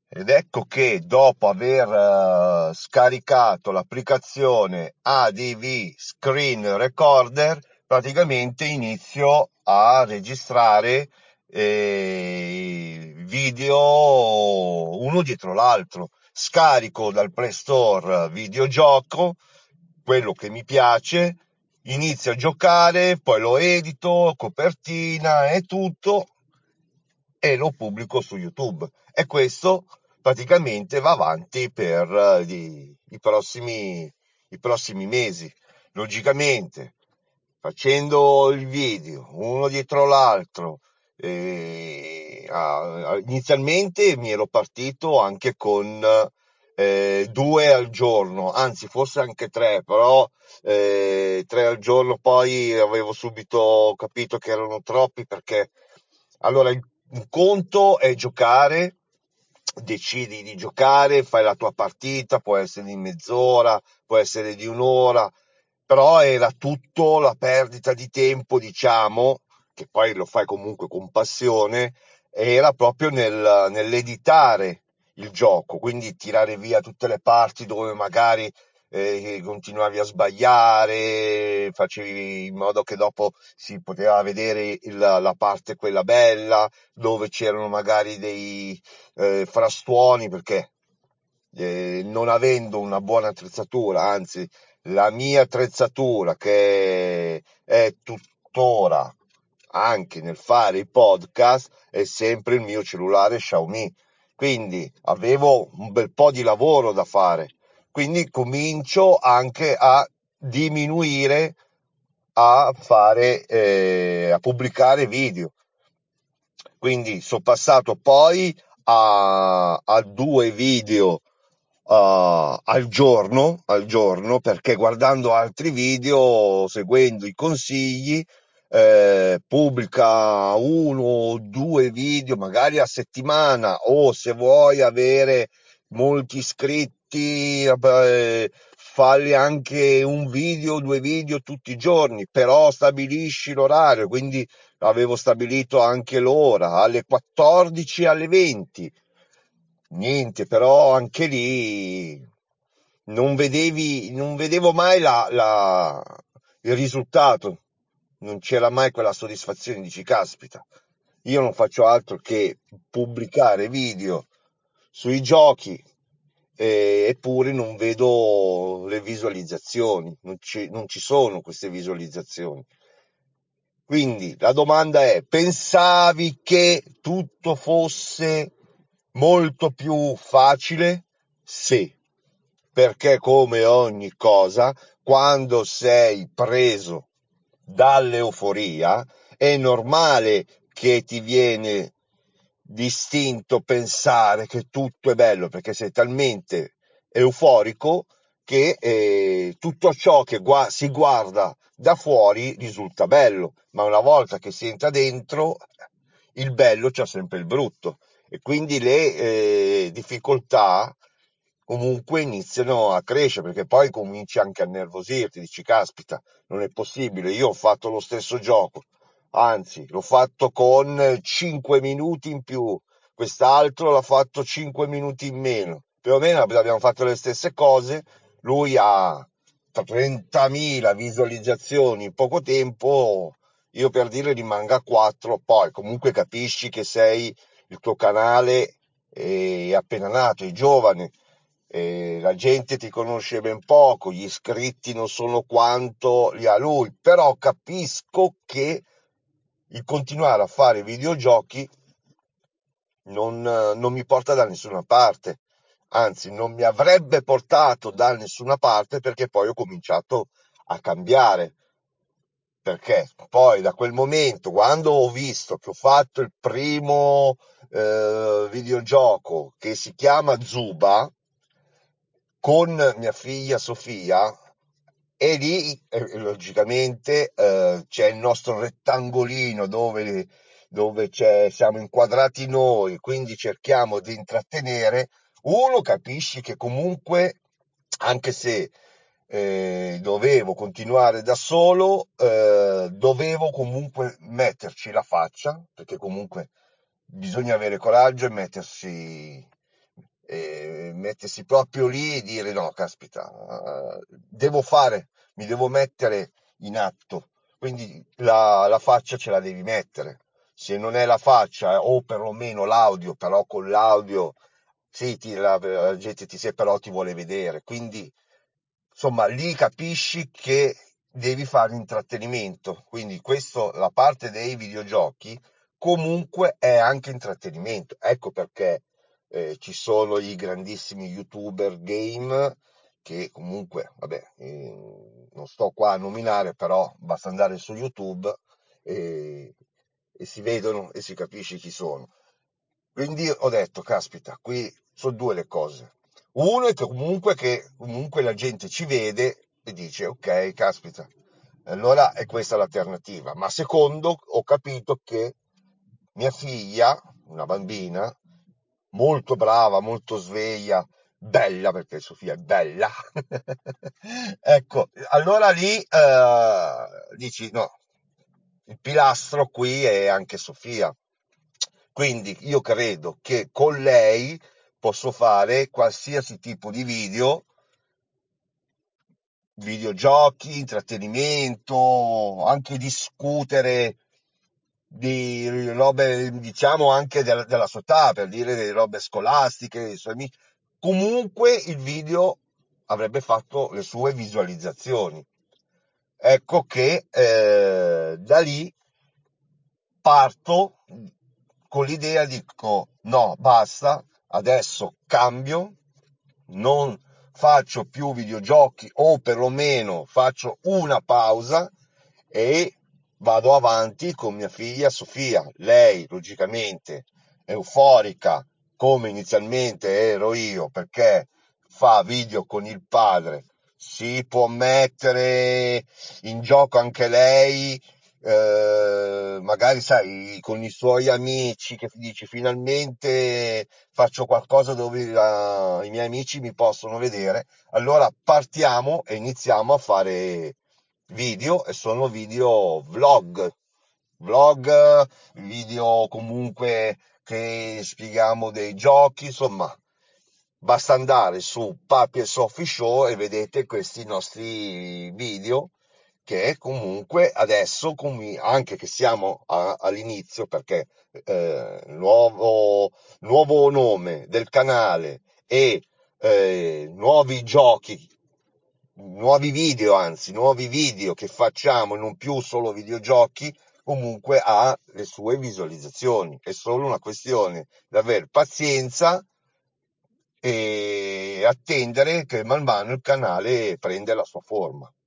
Ed ecco che dopo aver scaricato l'applicazione ADV Screen Recorder, praticamente inizio a registrare video uno dietro l'altro. Scarico dal Play Store videogioco, quello che mi piace, inizio a giocare, poi lo edito, copertina e tutto, e lo pubblico su YouTube. E questo praticamente va avanti per i prossimi mesi. Logicamente, facendo il video uno dietro l'altro, inizialmente mi ero partito anche con 2 al giorno, anzi forse anche 3, però 3 al giorno poi avevo subito capito che erano troppi, perché allora un conto è giocare, decidi di giocare, fai la tua partita, può essere di mezz'ora, può essere di un'ora, però era tutto la perdita di tempo, diciamo, che poi lo fai comunque con passione, era proprio nell'editare il gioco, quindi tirare via tutte le parti dove magari continuavi a sbagliare, facevi in modo che dopo si poteva vedere la parte quella bella, dove c'erano magari dei frastuoni, perché non avendo una buona attrezzatura, anzi la mia attrezzatura che è tuttora anche nel fare i podcast è sempre il mio cellulare Xiaomi, quindi avevo un bel po' di lavoro da fare, quindi comincio anche a diminuire a pubblicare video. Quindi sono passato poi a 2 video al giorno, perché guardando altri video, seguendo i consigli, pubblica 1 o 2 video magari a settimana, o se vuoi avere molti iscritti, falli anche 1 video, 2 video tutti i giorni, però stabilisci l'orario, quindi avevo stabilito anche l'ora, alle 14 e alle 20. Niente, però anche lì non vedevo mai il risultato, non c'era mai quella soddisfazione, dici, caspita, io non faccio altro che pubblicare video sui giochi, eppure non vedo le visualizzazioni, non ci sono queste visualizzazioni. Quindi la domanda è: pensavi che tutto fosse molto più facile? Sì, perché come ogni cosa, quando sei preso dall'euforia, è normale che ti viene distinto pensare che tutto è bello, perché sei talmente euforico che tutto ciò che si guarda da fuori risulta bello, ma una volta che si entra dentro, il bello c'ha sempre il brutto, e quindi le difficoltà comunque iniziano a crescere, perché poi cominci anche a nervosirti, dici, caspita, non è possibile, io ho fatto lo stesso gioco, anzi l'ho fatto con 5 minuti in più, quest'altro l'ha fatto 5 minuti in meno, più o meno abbiamo fatto le stesse cose, lui ha 30.000 visualizzazioni in poco tempo, io per dire rimanga a 4, poi comunque capisci che il tuo canale è appena nato, è giovane, la gente ti conosce ben poco, gli iscritti non sono quanto li ha lui, però capisco che il continuare a fare videogiochi non mi porta da nessuna parte, anzi non mi avrebbe portato da nessuna parte, perché poi ho cominciato a cambiare, perché poi da quel momento, quando ho visto che ho fatto il primo videogioco che si chiama Zuba con mia figlia Sofia, e lì logicamente c'è il nostro rettangolino dove siamo inquadrati noi, quindi cerchiamo di intrattenere. Uno, capisci che comunque, anche se dovevo continuare da solo, dovevo comunque metterci la faccia, perché comunque bisogna avere coraggio e e mettersi proprio lì e dire no, caspita, mi devo mettere in atto, quindi la faccia ce la devi mettere. Se non è la faccia o perlomeno l'audio, però con l'audio sì, la gente però ti vuole vedere, quindi insomma lì capisci che devi fare intrattenimento, quindi questo, la parte dei videogiochi comunque è anche intrattenimento, ecco perché ci sono i grandissimi youtuber game che comunque, vabbè, non sto qua a nominare, però basta andare su YouTube e, e si vedono e si capisce chi sono. Quindi ho detto, caspita, qui sono due le cose. Uno è che comunque la gente ci vede e dice, ok, caspita, allora è questa l'alternativa. Ma secondo, ho capito che mia figlia, una bambina, molto brava, molto sveglia, bella, perché Sofia è bella, ecco, allora lì dici, no, il pilastro qui è anche Sofia. Quindi io credo che con lei posso fare qualsiasi tipo di videogiochi, intrattenimento, anche discutere di robe, diciamo, anche della sua età, per dire delle robe scolastiche, dei suoi amici. Comunque il video avrebbe fatto le sue visualizzazioni. Ecco che da lì parto con l'idea, dico no, basta, adesso cambio, non faccio più videogiochi o perlomeno faccio una pausa e vado avanti con mia figlia Sofia. Lei, logicamente, euforica come inizialmente ero io perché fa video con il padre, si può mettere in gioco anche lei, magari sai, con i suoi amici che dici finalmente faccio qualcosa dove i miei amici mi possono vedere, allora partiamo e iniziamo a fare video e sono video vlog, video comunque che spieghiamo dei giochi, insomma, basta andare su Papi e Sophie Show e vedete questi nostri video che comunque adesso, anche che siamo all'inizio, perché nuovo nome del canale e nuovi giochi, nuovi video che facciamo, non più solo videogiochi, comunque ha le sue visualizzazioni. È solo una questione di avere pazienza e attendere che man mano il canale prenda la sua forma.